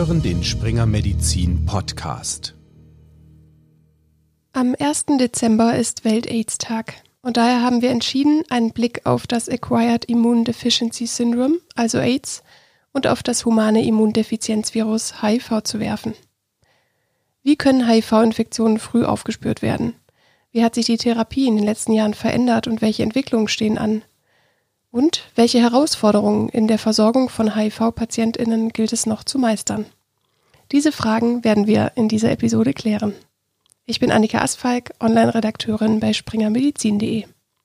hören den Springer Medizin Podcast. Am 1. Dezember ist Welt-AIDS-Tag und daher haben wir entschieden, einen Blick auf das Acquired Immune Deficiency Syndrome, also AIDS, und auf das humane Immundefizienzvirus HIV zu werfen. Wie können HIV-Infektionen früh aufgespürt werden? Wie hat sich die Therapie in den letzten Jahren verändert und welche Entwicklungen stehen an? Und welche Herausforderungen in der Versorgung von HIV-PatientInnen gilt es noch zu meistern? Diese Fragen werden wir in dieser Episode klären. Ich bin Annika Asfalk, Online-Redakteurin bei springermedizin.de.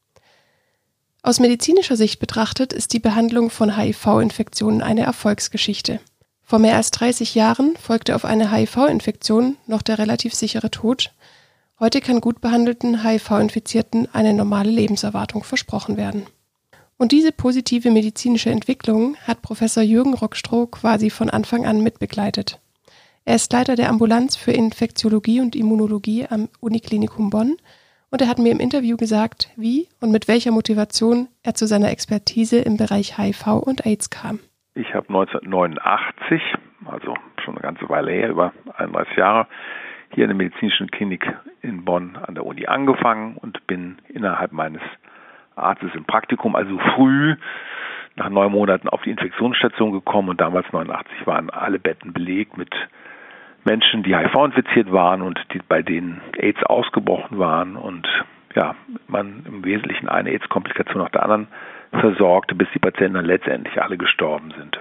Aus medizinischer Sicht betrachtet ist die Behandlung von HIV-Infektionen eine Erfolgsgeschichte. Vor mehr als 30 Jahren folgte auf eine HIV-Infektion noch der relativ sichere Tod. Heute kann gut behandelten HIV-Infizierten eine normale Lebenserwartung versprochen werden. Und diese positive medizinische Entwicklung hat Professor Jürgen Rockstroh quasi von Anfang an mitbegleitet. Er ist Leiter der Ambulanz für Infektiologie und Immunologie am Uniklinikum Bonn und er hat mir im Interview gesagt, wie und mit welcher Motivation er zu seiner Expertise im Bereich HIV und AIDS kam. Ich habe 1989, also schon eine ganze Weile her, über 31 Jahre, hier in der medizinischen Klinik in Bonn an der Uni angefangen und bin innerhalb meines Arztes im Praktikum, also früh nach 9 Monaten auf die Infektionsstation gekommen und damals 89 waren alle Betten belegt mit Menschen, die HIV-infiziert waren und bei denen AIDS ausgebrochen waren und ja, man im Wesentlichen eine AIDS-Komplikation nach der anderen versorgte, bis die Patienten dann letztendlich alle gestorben sind.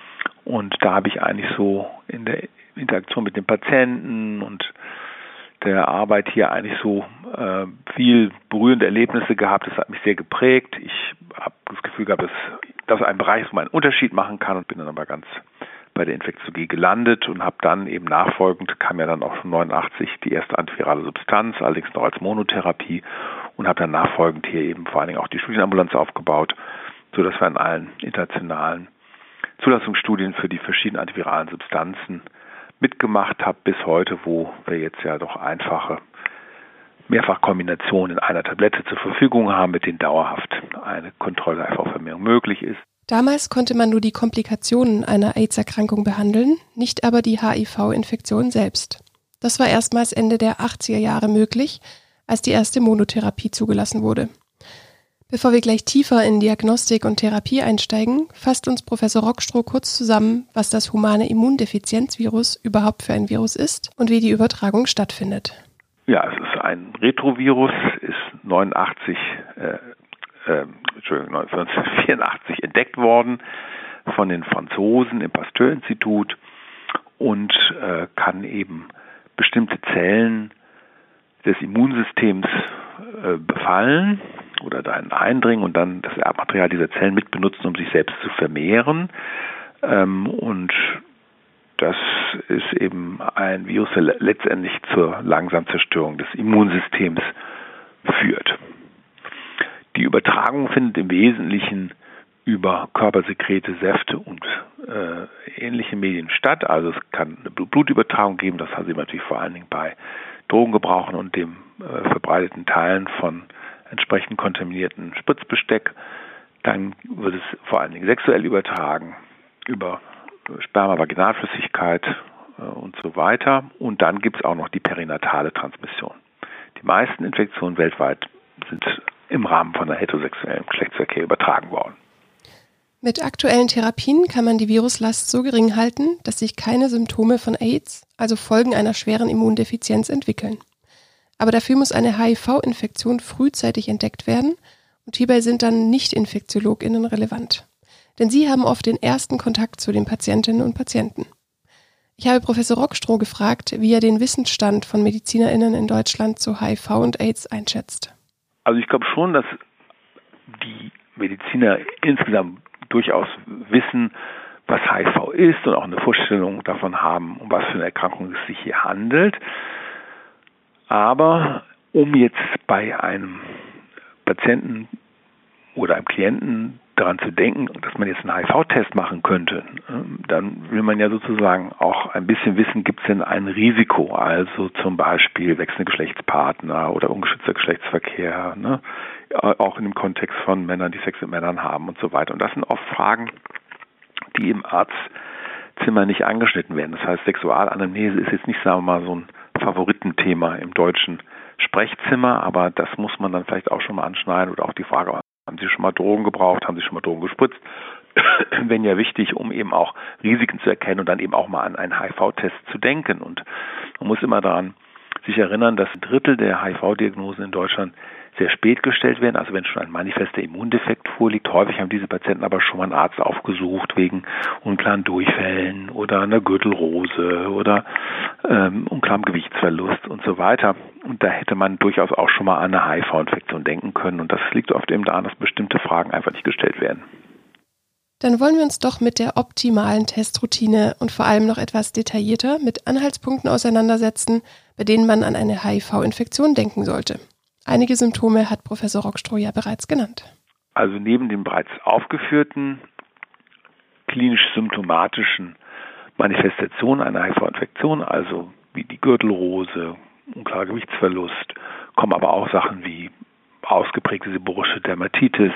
Und da habe ich eigentlich so in der Interaktion mit den Patienten und der Arbeit hier eigentlich so viel berührende Erlebnisse gehabt. Das hat mich sehr geprägt. Ich habe das Gefühl gehabt, dass das ein Bereich ist, wo man einen Unterschied machen kann und bin dann aber ganz bei der Infektiologie gelandet und habe dann eben nachfolgend, kam ja dann auch schon 89 die erste antivirale Substanz, allerdings noch als Monotherapie und habe dann nachfolgend hier eben vor allen Dingen auch die Studienambulanz aufgebaut, sodass wir in allen internationalen Zulassungsstudien für die verschiedenen antiviralen Substanzen mitgemacht habe bis heute, wo wir jetzt ja doch einfache Mehrfachkombinationen in einer Tablette zur Verfügung haben, mit denen dauerhaft eine Kontrolle der HIV-Vermehrung möglich ist. Damals konnte man nur die Komplikationen einer AIDS-Erkrankung behandeln, nicht aber die HIV-Infektion selbst. Das war erstmals Ende der 80er Jahre möglich, als die erste Monotherapie zugelassen wurde. Bevor wir gleich tiefer in Diagnostik und Therapie einsteigen, fasst uns Professor Rockstroh kurz zusammen, was das humane Immundefizienzvirus überhaupt für ein Virus ist und wie die Übertragung stattfindet. Ja, es ist ein Retrovirus, ist 1984 entdeckt worden von den Franzosen im Pasteur-Institut und kann eben bestimmte Zellen des Immunsystems befallen oder dahin eindringen und dann das Erbmaterial dieser Zellen mitbenutzen, um sich selbst zu vermehren. Und das ist eben ein Virus, der letztendlich zur langsamen Zerstörung des Immunsystems führt. Die Übertragung findet im Wesentlichen über Körpersekrete, Säfte und ähnliche Medien statt. Also es kann eine Blutübertragung geben, das haben Sie natürlich vor allen Dingen bei Drogengebrauchen und dem verbreiteten Teilen von entsprechend kontaminierten Spritzbesteck. Dann wird es vor allen Dingen sexuell übertragen, über Sperma, Vaginalflüssigkeit und so weiter. Und dann gibt es auch noch die perinatale Transmission. Die meisten Infektionen weltweit sind im Rahmen von einer heterosexuellen Geschlechtsverkehr übertragen worden. Mit aktuellen Therapien kann man die Viruslast so gering halten, dass sich keine Symptome von AIDS, also Folgen einer schweren Immundefizienz, entwickeln. Aber dafür muss eine HIV-Infektion frühzeitig entdeckt werden und hierbei sind dann Nicht-InfektiologInnen relevant. Denn sie haben oft den ersten Kontakt zu den Patientinnen und Patienten. Ich habe Professor Rockstroh gefragt, wie er den Wissensstand von MedizinerInnen in Deutschland zu HIV und AIDS einschätzt. Also ich glaube schon, dass die Mediziner insgesamt durchaus wissen, was HIV ist und auch eine Vorstellung davon haben, um was für eine Erkrankung es sich hier handelt. Aber um jetzt bei einem Patienten oder einem Klienten daran zu denken, dass man jetzt einen HIV-Test machen könnte, dann will man ja sozusagen auch ein bisschen wissen, gibt es denn ein Risiko, also zum Beispiel wechselnde Geschlechtspartner oder ungeschützter Geschlechtsverkehr, ne? Auch in dem Kontext von Männern, die Sex mit Männern haben und so weiter. Und das sind oft Fragen, die im Arzt Zimmer nicht angeschnitten werden. Das heißt, Sexualanamnese ist jetzt nicht, sagen wir mal, so ein Favoritenthema im deutschen Sprechzimmer, aber das muss man dann vielleicht auch schon mal anschneiden oder auch die Frage, haben Sie schon mal Drogen gebraucht, haben Sie schon mal Drogen gespritzt? Wenn ja wichtig, um eben auch Risiken zu erkennen und dann eben auch mal an einen HIV-Test zu denken. Und man muss immer daran sich erinnern, dass 1/3 der HIV-Diagnosen in Deutschland sehr spät gestellt werden, also wenn schon ein manifester Immundefekt vorliegt. Häufig haben diese Patienten aber schon mal einen Arzt aufgesucht wegen unklaren Durchfällen oder einer Gürtelrose oder unklarem Gewichtsverlust und so weiter. Und da hätte man durchaus auch schon mal an eine HIV-Infektion denken können. Und das liegt oft eben daran, dass bestimmte Fragen einfach nicht gestellt werden. Dann wollen wir uns doch mit der optimalen Testroutine und vor allem noch etwas detaillierter mit Anhaltspunkten auseinandersetzen, bei denen man an eine HIV-Infektion denken sollte. Einige Symptome hat Professor Rockstroh ja bereits genannt. Also neben den bereits aufgeführten klinisch-symptomatischen Manifestationen einer HIV-Infektion, also wie die Gürtelrose, unklarer Gewichtsverlust, kommen aber auch Sachen wie ausgeprägte seborische Dermatitis,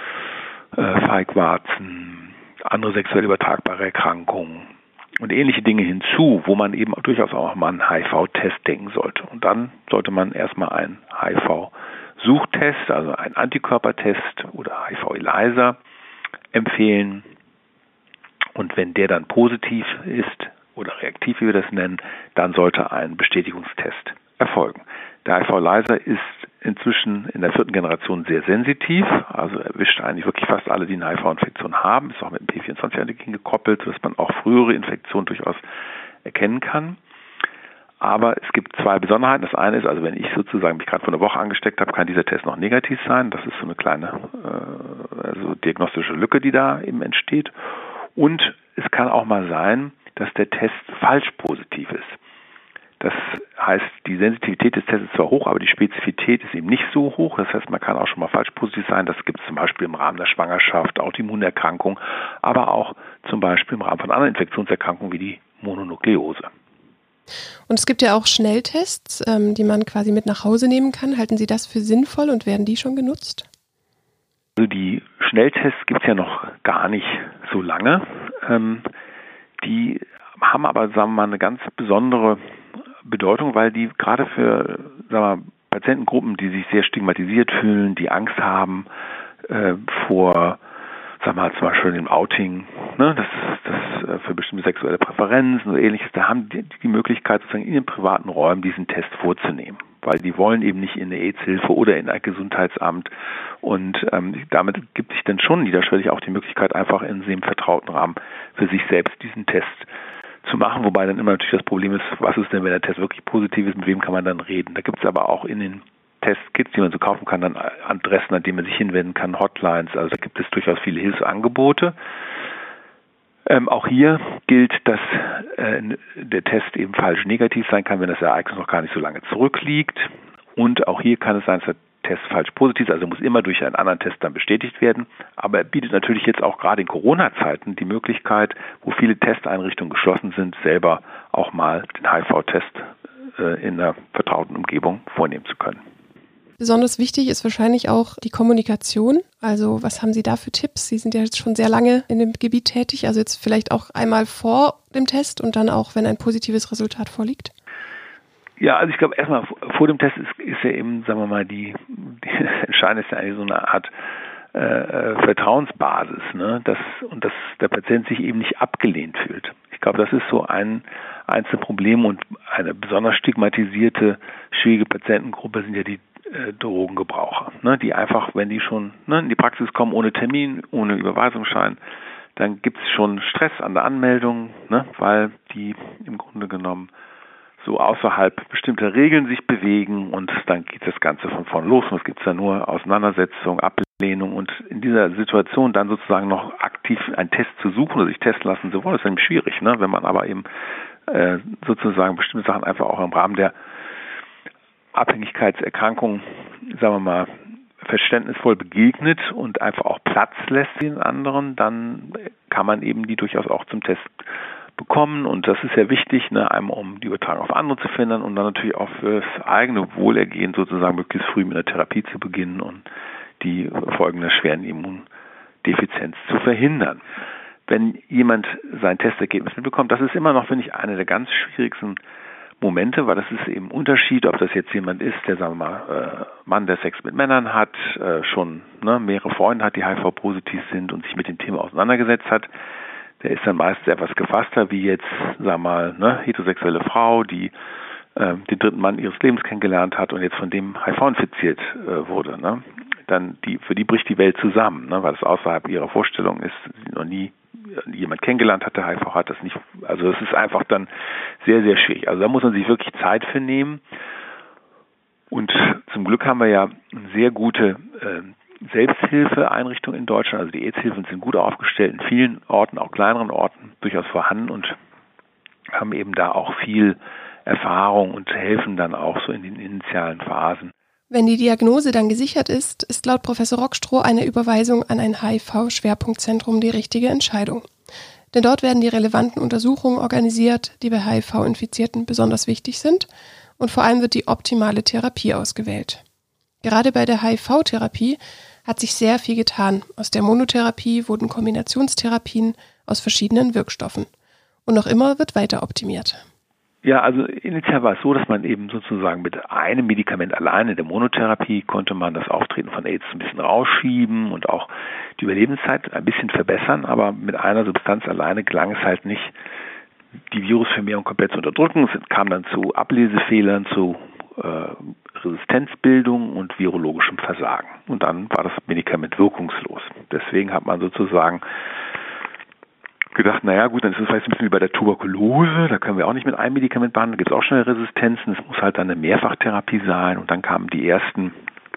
Feigwarzen, andere sexuell übertragbare Erkrankungen und ähnliche Dinge hinzu, wo man eben durchaus auch mal einen HIV-Test denken sollte. Und dann sollte man erstmal einen HIV-Suchtest, also einen Antikörpertest oder HIV-ELISA empfehlen. Und wenn der dann positiv ist oder reaktiv, wie wir das nennen, dann sollte ein Bestätigungstest erfolgen. Der HIV-ELISA ist inzwischen in der 4. Generation sehr sensitiv, also erwischt eigentlich wirklich fast alle, die eine HIV-Infektion haben, ist auch mit dem P24-Antigen gekoppelt, sodass man auch frühere Infektionen durchaus erkennen kann. Aber es gibt 2 Besonderheiten. Das eine ist, also wenn ich sozusagen mich gerade vor einer Woche angesteckt habe, kann dieser Test noch negativ sein. Das ist so eine kleine diagnostische Lücke, die da eben entsteht. Und es kann auch mal sein, dass der Test falsch positiv ist. Das heißt, die Sensitivität des Tests ist zwar hoch, aber die Spezifität ist eben nicht so hoch. Das heißt, man kann auch schon mal falsch positiv sein. Das gibt es zum Beispiel im Rahmen der Schwangerschaft, Autoimmunerkrankungen, aber auch zum Beispiel im Rahmen von anderen Infektionserkrankungen wie die Mononukleose. Und es gibt ja auch Schnelltests, die man quasi mit nach Hause nehmen kann. Halten Sie das für sinnvoll und werden die schon genutzt? Also die Schnelltests gibt es ja noch gar nicht so lange. Die haben aber, sagen wir mal, eine ganz besondere Bedeutung, weil die gerade für, sagen wir mal, Patientengruppen, die sich sehr stigmatisiert fühlen, die Angst haben vor, sagen wir mal, zum Beispiel dem Outing, ne, das für bestimmte sexuelle Präferenzen oder ähnliches, da haben die Möglichkeit, sozusagen in den privaten Räumen diesen Test vorzunehmen, weil die wollen eben nicht in eine AIDS-Hilfe oder in ein Gesundheitsamt und damit gibt sich dann schon niederschwellig auch die Möglichkeit, einfach in dem vertrauten Rahmen für sich selbst diesen Test zu machen, wobei dann immer natürlich das Problem ist, was ist denn, wenn der Test wirklich positiv ist, mit wem kann man dann reden? Da gibt es aber auch in den Testkits, die man so kaufen kann, dann Adressen, an denen man sich hinwenden kann, Hotlines, also da gibt es durchaus viele Hilfsangebote. Auch hier gilt, dass der Test eben falsch negativ sein kann, wenn das Ereignis noch gar nicht so lange zurückliegt. Und auch hier kann es sein, dass der Test falsch positiv ist, also muss immer durch einen anderen Test dann bestätigt werden. Aber er bietet natürlich jetzt auch gerade in Corona-Zeiten die Möglichkeit, wo viele Testeinrichtungen geschlossen sind, selber auch mal den HIV-Test in einer vertrauten Umgebung vornehmen zu können. Besonders wichtig ist wahrscheinlich auch die Kommunikation. Also was haben Sie da für Tipps? Sie sind ja jetzt schon sehr lange in dem Gebiet tätig, also jetzt vielleicht auch einmal vor dem Test und dann auch, wenn ein positives Resultat vorliegt. Ja, also ich glaube erstmal vor dem Test ist ja eben, sagen wir mal, das Entscheidende ist ja eigentlich so eine Art Vertrauensbasis, ne? Dass der Patient sich eben nicht abgelehnt fühlt. Ich glaube, das ist so ein einzelnes Problem und eine besonders stigmatisierte, schwierige Patientengruppe sind ja die Drogengebraucher, ne? Die einfach, wenn die schon in die Praxis kommen, ohne Termin, ohne Überweisungsschein, dann gibt es schon Stress an der Anmeldung, ne? Weil die im Grunde genommen so außerhalb bestimmter Regeln sich bewegen und dann geht das Ganze von vorn los und es gibt da nur Auseinandersetzung, Ablehnung und in dieser Situation dann sozusagen noch aktiv einen Test zu suchen oder sich testen lassen zu wollen, ist nämlich schwierig, ne? Wenn man aber eben sozusagen bestimmte Sachen einfach auch im Rahmen der Abhängigkeitserkrankung, sagen wir mal, verständnisvoll begegnet und einfach auch Platz lässt den anderen, dann kann man eben die durchaus auch zum Test bekommen und das ist ja wichtig, ne, einmal um die Übertragung auf andere zu verhindern und dann natürlich auch fürs eigene Wohlergehen sozusagen möglichst früh mit der Therapie zu beginnen und die Folgen der schweren Immundefizienz zu verhindern. wenn jemand sein Testergebnis mitbekommt, das ist immer noch, finde ich, einer der ganz schwierigsten Momente, weil das ist eben ein Unterschied, ob das jetzt jemand ist, der, sagen wir mal, Mann, der Sex mit Männern hat, schon mehrere Freunde hat, die HIV-positiv sind und sich mit dem Thema auseinandergesetzt hat. Der ist dann meistens etwas gefasster, wie jetzt, sagen wir mal, heterosexuelle Frau, die den dritten Mann ihres Lebens kennengelernt hat und jetzt von dem HIV infiziert wurde. Ne? Dann für die bricht die Welt zusammen, ne? Weil es außerhalb ihrer Vorstellung ist, sie noch nie jemand kennengelernt hat, der HIV hat, das nicht. Also das ist einfach dann sehr, sehr schwierig. Also da muss man sich wirklich Zeit für nehmen. Und zum Glück haben wir ja eine sehr gute Selbsthilfeeinrichtung in Deutschland. Also die AIDS-Hilfen sind gut aufgestellt, in vielen Orten, auch kleineren Orten, durchaus vorhanden und haben eben da auch viel Erfahrung und helfen dann auch so in den initialen Phasen. Wenn die Diagnose dann gesichert ist, ist laut Professor Rockstroh eine Überweisung an ein HIV-Schwerpunktzentrum die richtige Entscheidung. Denn dort werden die relevanten Untersuchungen organisiert, die bei HIV-Infizierten besonders wichtig sind, und vor allem wird die optimale Therapie ausgewählt. Gerade bei der HIV-Therapie hat sich sehr viel getan. Aus der Monotherapie wurden Kombinationstherapien aus verschiedenen Wirkstoffen. Und noch immer wird weiter optimiert. Ja, also initial war es so, dass man eben sozusagen mit einem Medikament alleine, der Monotherapie, konnte man das Auftreten von AIDS ein bisschen rausschieben und auch die Überlebenszeit ein bisschen verbessern, aber mit einer Substanz alleine gelang es halt nicht, die Virusvermehrung komplett zu unterdrücken. Es kam dann zu Ablesefehlern, zu Resistenzbildung und virologischem Versagen. Und dann war das Medikament wirkungslos. Deswegen hat man sozusagen gedacht, naja gut, dann ist es vielleicht ein bisschen wie bei der Tuberkulose, da können wir auch nicht mit einem Medikament behandeln, da gibt es auch schnell Resistenzen, es muss halt dann eine Mehrfachtherapie sein und dann kamen die ersten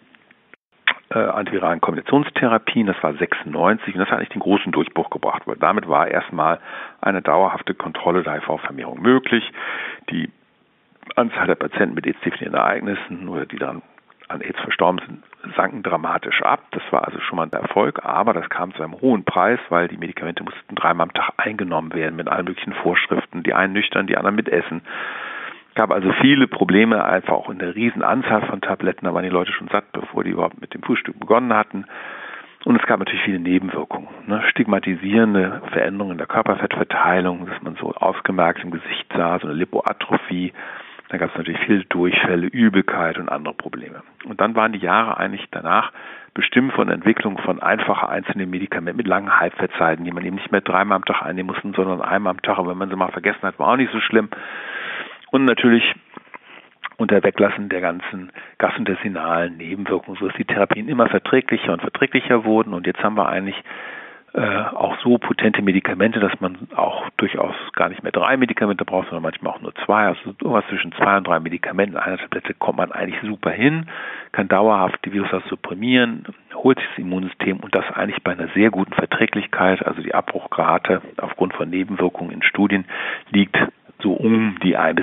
antiviralen Kombinationstherapien, das war 96 und das hat eigentlich den großen Durchbruch gebracht, weil damit war erstmal eine dauerhafte Kontrolle der HIV-Vermehrung möglich. Die Anzahl der Patienten mit AIDS-definierten Ereignissen oder die dann an AIDS verstorben sind, sanken dramatisch ab. Das war also schon mal ein Erfolg, aber das kam zu einem hohen Preis, weil die Medikamente mussten 3-mal am Tag eingenommen werden mit allen möglichen Vorschriften, die einen nüchtern, die anderen mit Essen. Es gab also viele Probleme, einfach auch in der riesen Anzahl von Tabletten, da waren die Leute schon satt, bevor die überhaupt mit dem Frühstück begonnen hatten. Und es gab natürlich viele Nebenwirkungen, stigmatisierende Veränderungen in der Körperfettverteilung, dass man so ausgemerkt im Gesicht sah, so eine Lipoatrophie. Dann gab es natürlich viele Durchfälle, Übelkeit und andere Probleme. Und dann waren die Jahre eigentlich danach bestimmt von der Entwicklung von einfacher einzelnen Medikamenten mit langen Halbwertzeiten, die man eben nicht mehr 3-mal am Tag einnehmen musste, sondern einmal am Tag. Aber wenn man sie mal vergessen hat, war auch nicht so schlimm. Und natürlich unter Weglassen der ganzen gastrointestinalen Nebenwirkungen, sodass die Therapien immer verträglicher und verträglicher wurden. Und jetzt haben wir eigentlich auch so potente Medikamente, dass man auch durchaus gar nicht mehr 3 Medikamente braucht, sondern manchmal auch nur 2. Also irgendwas zwischen 2 und 3 Medikamenten in einer Tablette kommt man eigentlich super hin, kann dauerhaft die Viruslast supprimieren, holt sich das Immunsystem und das eigentlich bei einer sehr guten Verträglichkeit. Also die Abbruchrate aufgrund von Nebenwirkungen in Studien liegt so um die 1-2%.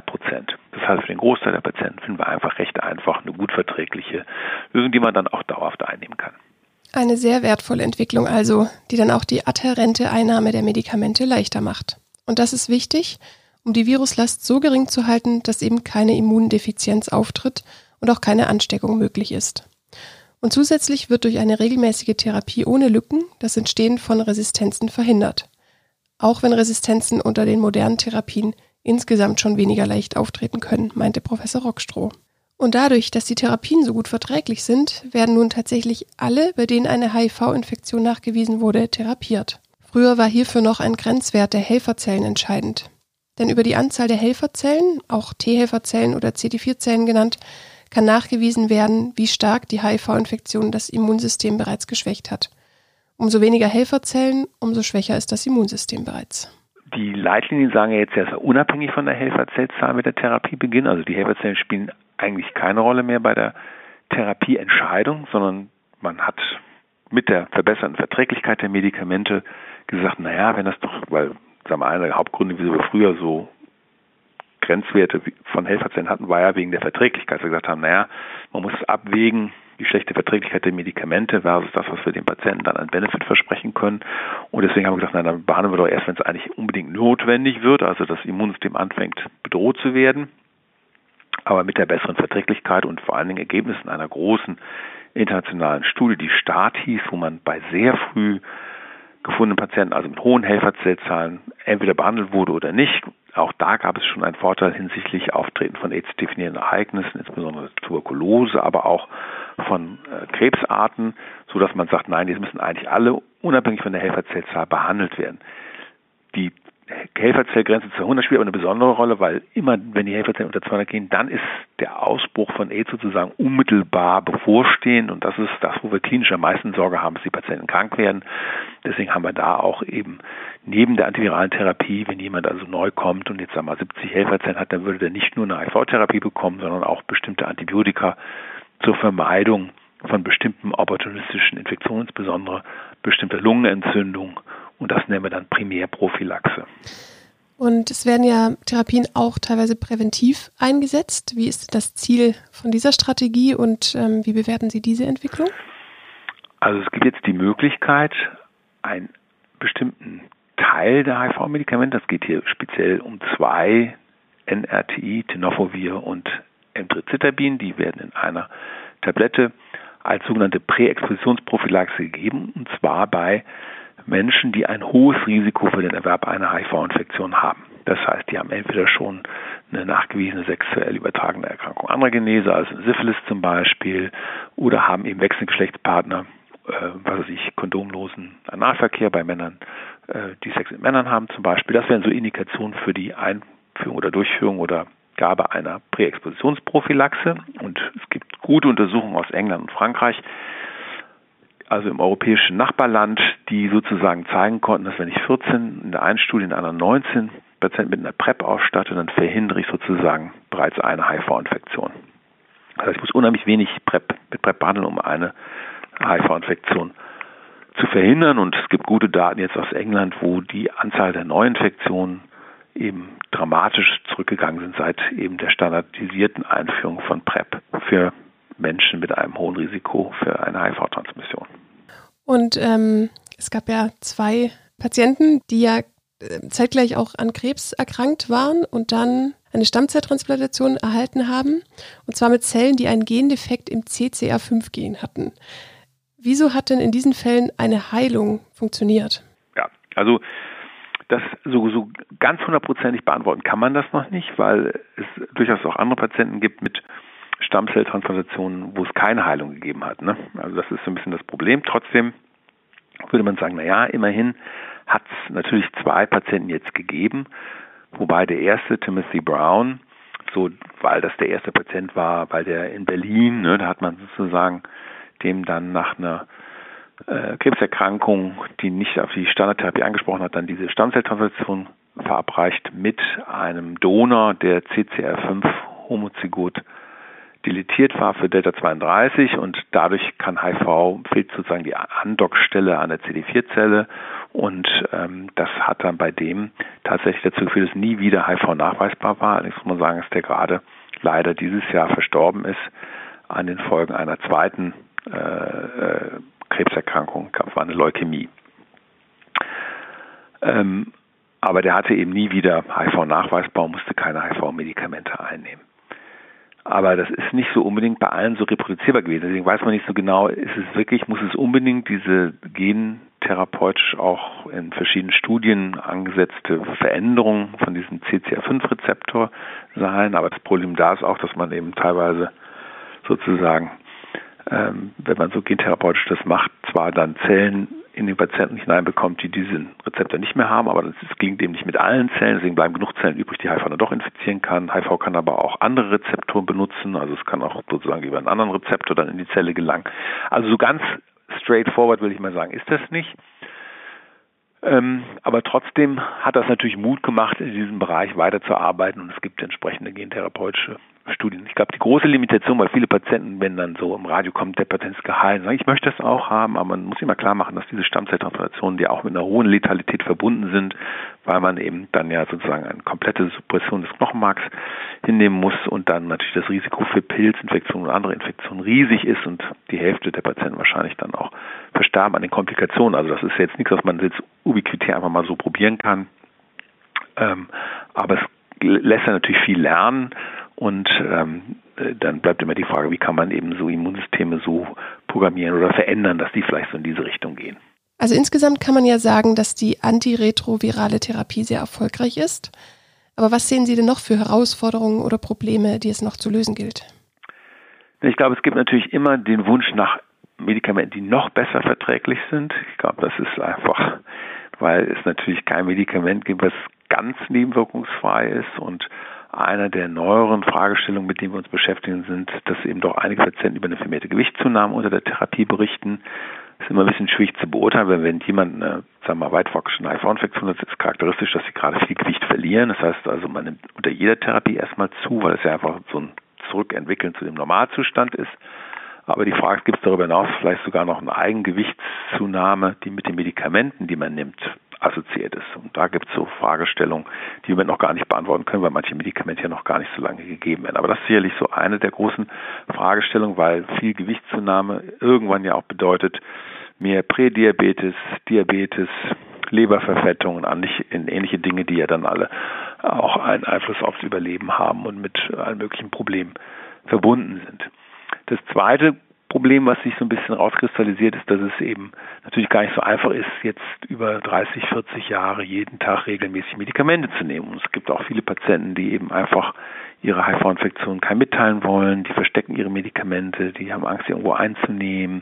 Das heißt, für den Großteil der Patienten finden wir einfach recht einfach eine gut verträgliche Lösung, die man dann auch dauerhaft einnehmen kann. Eine sehr wertvolle Entwicklung also, die dann auch die adhärente Einnahme der Medikamente leichter macht. Und das ist wichtig, um die Viruslast so gering zu halten, dass eben keine Immundefizienz auftritt und auch keine Ansteckung möglich ist. Und zusätzlich wird durch eine regelmäßige Therapie ohne Lücken das Entstehen von Resistenzen verhindert. Auch wenn Resistenzen unter den modernen Therapien insgesamt schon weniger leicht auftreten können, meinte Professor Rockstroh. Und dadurch, dass die Therapien so gut verträglich sind, werden nun tatsächlich alle, bei denen eine HIV-Infektion nachgewiesen wurde, therapiert. Früher war hierfür noch ein Grenzwert der Helferzellen entscheidend. Denn über die Anzahl der Helferzellen, auch T-Helferzellen oder CD4-Zellen genannt, kann nachgewiesen werden, wie stark die HIV-Infektion das Immunsystem bereits geschwächt hat. Umso weniger Helferzellen, umso schwächer ist das Immunsystem bereits. Die Leitlinien sagen ja jetzt, dass wir unabhängig von der Helferzellzahl mit der Therapie beginnen. Also die Helferzellen spielen eigentlich keine Rolle mehr bei der Therapieentscheidung, sondern man hat mit der verbesserten Verträglichkeit der Medikamente gesagt, naja, wenn das doch, weil, sagen wir, einer der Hauptgründe, wieso wir früher so Grenzwerte von Helferzellen hatten, war ja wegen der Verträglichkeit. Wir gesagt haben, naja, man muss abwägen, die schlechte Verträglichkeit der Medikamente versus das, was wir den Patienten dann an Benefit versprechen können. Und deswegen haben wir gesagt, na, dann behandeln wir doch erst, wenn es eigentlich unbedingt notwendig wird, also das Immunsystem anfängt bedroht zu werden. Aber mit der besseren Verträglichkeit und vor allen Dingen Ergebnissen einer großen internationalen Studie, die START hieß, wo man bei sehr früh gefundenen Patienten, also mit hohen Helferzellzahlen, entweder behandelt wurde oder nicht. Auch da gab es schon einen Vorteil hinsichtlich Auftreten von AIDS-definierenden Ereignissen, insbesondere Tuberkulose, aber auch von Krebsarten, sodass man sagt, nein, die müssen eigentlich alle unabhängig von der Helferzellzahl behandelt werden. Die Helferzellgrenze 200 spielt aber eine besondere Rolle, weil immer, wenn die Helferzellen unter 200 gehen, dann ist der Ausbruch von AIDS sozusagen unmittelbar bevorstehend und das ist das, wo wir klinisch am meisten Sorge haben, dass die Patienten krank werden. Deswegen haben wir da auch eben neben der antiviralen Therapie, wenn jemand also neu kommt und jetzt sagen wir mal 70 Helferzellen hat, dann würde der nicht nur eine HIV-Therapie bekommen, sondern auch bestimmte Antibiotika zur Vermeidung von bestimmten opportunistischen Infektionen, insbesondere bestimmter Lungenentzündung. Und das nennen wir dann Primärprophylaxe. Und es werden ja Therapien auch teilweise präventiv eingesetzt. Wie ist das Ziel von dieser Strategie und wie bewerten Sie diese Entwicklung? Also es gibt jetzt die Möglichkeit, einen bestimmten Teil der HIV-Medikamente, das geht hier speziell um 2 NRTI, Tenofovir und Emtricitabin, die werden in einer Tablette als sogenannte Präexpositionsprophylaxe gegeben, und zwar bei Menschen, die ein hohes Risiko für den Erwerb einer HIV-Infektion haben. Das heißt, die haben entweder schon eine nachgewiesene sexuell übertragene Erkrankung anderer Genese, also Syphilis zum Beispiel, oder haben eben wechselnde Geschlechtspartner, kondomlosen Analverkehr bei Männern, die Sex mit Männern haben zum Beispiel. Das wären so Indikationen für die Einführung oder Durchführung oder Gabe einer Präexpositionsprophylaxe. Und es gibt gute Untersuchungen aus England und Frankreich, also im europäischen Nachbarland, die sozusagen zeigen konnten, dass wenn ich 14, in der einen Studie, in der anderen 19 Patienten mit einer PrEP ausstatte, dann verhindere ich sozusagen bereits eine HIV-Infektion. Das heißt, ich muss unheimlich wenig mit PrEP behandeln, um eine HIV-Infektion zu verhindern. Und es gibt gute Daten jetzt aus England, wo die Anzahl der Neuinfektionen eben dramatisch zurückgegangen sind seit eben der standardisierten Einführung von PrEP für Menschen mit einem hohen Risiko für eine HIV-Transmission. Und es gab ja 2 Patienten, die ja zeitgleich auch an Krebs erkrankt waren und dann eine Stammzelltransplantation erhalten haben, und zwar mit Zellen, die einen Gendefekt im CCR5-Gen hatten. Wieso hat denn in diesen Fällen eine Heilung funktioniert? Ja, also das so ganz hundertprozentig beantworten kann man das noch nicht, weil es durchaus auch andere Patienten gibt mit Stammzelltransplantationen, wo es keine Heilung gegeben hat. Ne? Also das ist so ein bisschen das Problem. Trotzdem würde man sagen, immerhin hat es natürlich 2 Patienten jetzt gegeben, wobei der erste, Timothy Brown, so, weil das der erste Patient war, weil der in Berlin, ne, da hat man sozusagen dem dann nach einer Krebserkrankung, die nicht auf die Standardtherapie angesprochen hat, dann diese Stammzelltransplantation verabreicht mit einem Donor, der CCR5-Homozygot deletiert war für Delta 32, und dadurch fehlt sozusagen die Andockstelle an der CD4-Zelle, und das hat dann bei dem tatsächlich dazu geführt, dass nie wieder HIV nachweisbar war. Allerdings muss man sagen, dass der gerade leider dieses Jahr verstorben ist an den Folgen einer zweiten Krebserkrankung, das war eine Leukämie. Aber der hatte eben nie wieder HIV nachweisbar und musste keine HIV-Medikamente einnehmen. Aber das ist nicht so unbedingt bei allen so reproduzierbar gewesen. Deswegen weiß man nicht so genau, muss es unbedingt diese gentherapeutisch auch in verschiedenen Studien angesetzte Veränderung von diesem CCR5-Rezeptor sein. Aber das Problem da ist auch, dass man eben teilweise sozusagen, wenn man so gentherapeutisch das macht, zwar dann Zellen in den Patienten hineinbekommt, die diesen Rezeptor nicht mehr haben, aber das gelingt eben nicht mit allen Zellen, deswegen bleiben genug Zellen übrig, die HIV dann doch infizieren kann. HIV kann aber auch andere Rezeptoren benutzen, also es kann auch sozusagen über einen anderen Rezeptor dann in die Zelle gelangen. Also so ganz straightforward, will ich mal sagen, ist das nicht. Aber trotzdem hat das natürlich Mut gemacht, in diesem Bereich weiterzuarbeiten, und es gibt entsprechende gentherapeutische Studien. Ich glaube, die große Limitation, weil viele Patienten, wenn dann so im Radio kommt, der Patient ist geheilt, sagen, ich möchte das auch haben, aber man muss immer klar machen, dass diese Stammzelltransplantationen, die auch mit einer hohen Letalität verbunden sind, weil man eben dann ja sozusagen eine komplette Suppression des Knochenmarks hinnehmen muss und dann natürlich das Risiko für Pilzinfektionen und andere Infektionen riesig ist und die Hälfte der Patienten wahrscheinlich dann auch verstarben an den Komplikationen. Also das ist jetzt nichts, was man jetzt ubiquitär einfach mal so probieren kann. Aber es lässt ja natürlich viel lernen. Und dann bleibt immer die Frage, wie kann man eben so Immunsysteme so programmieren oder verändern, dass die vielleicht so in diese Richtung gehen. Also insgesamt kann man ja sagen, dass die antiretrovirale Therapie sehr erfolgreich ist. Aber was sehen Sie denn noch für Herausforderungen oder Probleme, die es noch zu lösen gilt? Ich glaube, es gibt natürlich immer den Wunsch nach Medikamenten, die noch besser verträglich sind. Ich glaube, das ist einfach, weil es natürlich kein Medikament gibt, was ganz nebenwirkungsfrei ist. Und eine der neueren Fragestellungen, mit denen wir uns beschäftigen, sind, dass eben doch einige Patienten über eine vermehrte Gewichtszunahme unter der Therapie berichten. Das ist immer ein bisschen schwierig zu beurteilen, weil wenn jemand eine, sagen wir mal, weit fortgeschrittene HIV-Infektion hat, ist es charakteristisch, dass sie gerade viel Gewicht verlieren. Das heißt also, man nimmt unter jeder Therapie erstmal zu, weil es ja einfach so ein Zurückentwickeln zu dem Normalzustand ist. Aber die Frage, gibt es darüber hinaus vielleicht sogar noch eine Eigengewichtszunahme, die mit den Medikamenten, die man nimmt, assoziiert ist. Und da gibt es so Fragestellungen, die wir noch gar nicht beantworten können, weil manche Medikamente ja noch gar nicht so lange gegeben werden. Aber das ist sicherlich so eine der großen Fragestellungen, weil viel Gewichtszunahme irgendwann ja auch bedeutet mehr Prädiabetes, Diabetes, Leberverfettungen, ähnliche Dinge, die ja dann alle auch einen Einfluss aufs Überleben haben und mit allen möglichen Problemen verbunden sind. Das zweite Problem, was sich so ein bisschen rauskristallisiert, ist, dass es eben natürlich gar nicht so einfach ist, jetzt über 30, 40 Jahre jeden Tag regelmäßig Medikamente zu nehmen. Und es gibt auch viele Patienten, die eben einfach ihre HIV-Infektion kein mitteilen wollen, die verstecken ihre Medikamente, die haben Angst, sie irgendwo einzunehmen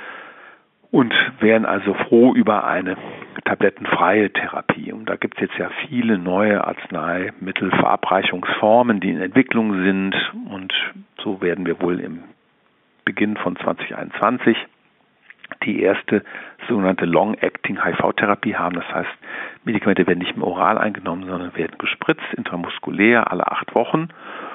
und wären also froh über eine tablettenfreie Therapie. Und da gibt es jetzt ja viele neue Arzneimittelverabreichungsformen, die in Entwicklung sind. Und so werden wir wohl im Beginn von 2021 die erste sogenannte Long-Acting HIV-Therapie haben. Das heißt, Medikamente werden nicht mehr oral eingenommen, sondern werden gespritzt, intramuskulär, alle 8 Wochen.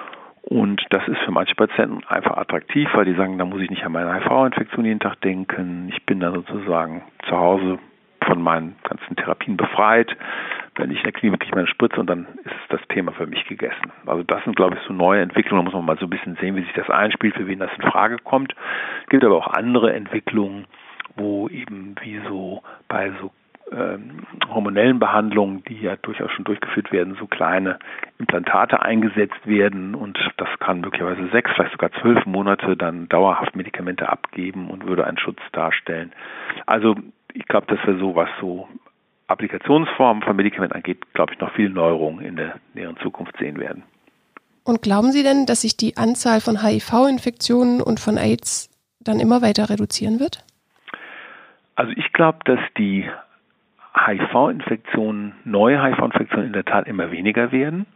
Und das ist für manche Patienten einfach attraktiv, weil die sagen, da muss ich nicht an meine HIV-Infektion jeden Tag denken. Ich bin dann sozusagen zu Hause von meinen ganzen Therapien befreit. Wenn ich in der Klinik kriege, meine Spritze und dann ist das Thema für mich gegessen. Also das sind, glaube ich, so neue Entwicklungen. Da muss man mal so ein bisschen sehen, wie sich das einspielt, für wen das in Frage kommt. Es gibt aber auch andere Entwicklungen, wo eben wie so bei so hormonellen Behandlungen, die ja durchaus schon durchgeführt werden, so kleine Implantate eingesetzt werden und das kann möglicherweise 6, vielleicht sogar 12 Monate dann dauerhaft Medikamente abgeben und würde einen Schutz darstellen. Also ich glaube, dass wir so, was so Applikationsformen von Medikamenten angeht, glaube ich, noch viele Neuerungen in der näheren Zukunft sehen werden. Und glauben Sie denn, dass sich die Anzahl von HIV-Infektionen und von AIDS dann immer weiter reduzieren wird? Also ich glaube, dass die HIV-Infektionen, neue HIV-Infektionen in der Tat immer weniger werden.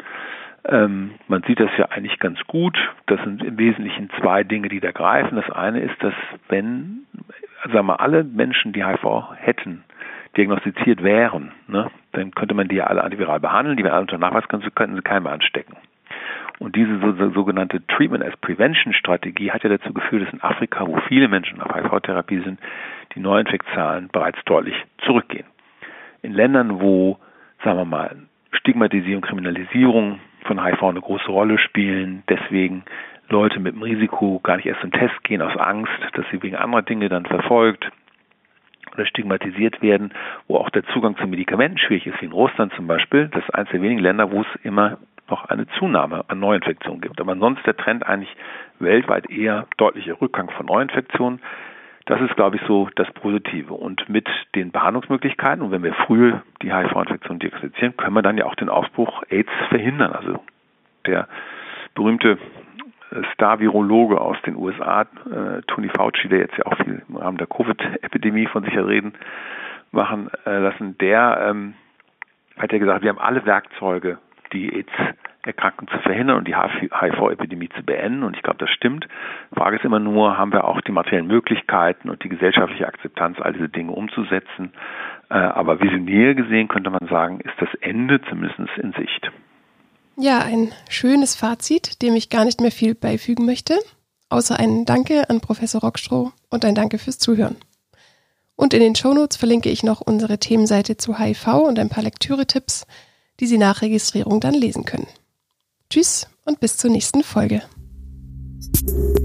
Man sieht das ja eigentlich ganz gut. Das sind im Wesentlichen 2 Dinge, die da greifen. Das eine ist, dass wenn, sagen wir, alle Menschen, die HIV hätten, diagnostiziert wären, ne, dann könnte man die ja alle antiviral behandeln, die wir alle unter Nachweis könnten sie keinem anstecken. Und diese sogenannte Treatment as Prevention Strategie hat ja dazu geführt, dass in Afrika, wo viele Menschen auf HIV-Therapie sind, die Neuinfektzahlen bereits deutlich zurückgehen. In Ländern, wo, sagen wir mal, Stigmatisierung, Kriminalisierung von HIV eine große Rolle spielen, deswegen Leute mit dem Risiko gar nicht erst zum Test gehen aus Angst, dass sie wegen anderer Dinge dann verfolgt oder stigmatisiert werden, wo auch der Zugang zu Medikamenten schwierig ist, wie in Russland zum Beispiel. Das ist eines der wenigen Länder, wo es immer noch eine Zunahme an Neuinfektionen gibt. Aber ansonsten der Trend eigentlich weltweit eher deutlicher Rückgang von Neuinfektionen. Das ist, glaube ich, so das Positive. Und mit den Behandlungsmöglichkeiten, und wenn wir früh die HIV-Infektion diagnostizieren, können wir dann ja auch den Ausbruch AIDS verhindern. Also der berühmte Star-Virologe aus den USA, Tony Fauci, der jetzt ja auch viel im Rahmen der Covid-Epidemie von sich reden machen lassen, der hat ja gesagt, wir haben alle Werkzeuge, die AIDS-Erkrankung zu verhindern und die HIV-Epidemie zu beenden. Und ich glaube, das stimmt. Die Frage ist immer nur, haben wir auch die materiellen Möglichkeiten und die gesellschaftliche Akzeptanz, all diese Dinge umzusetzen. Aber visionär gesehen könnte man sagen, ist das Ende zumindest in Sicht. Ja, ein schönes Fazit, dem ich gar nicht mehr viel beifügen möchte, außer ein Danke an Professor Rockstroh und ein Danke fürs Zuhören. Und in den Shownotes verlinke ich noch unsere Themenseite zu HIV und ein paar Lektüre-Tipps, die Sie nach Registrierung dann lesen können. Tschüss und bis zur nächsten Folge.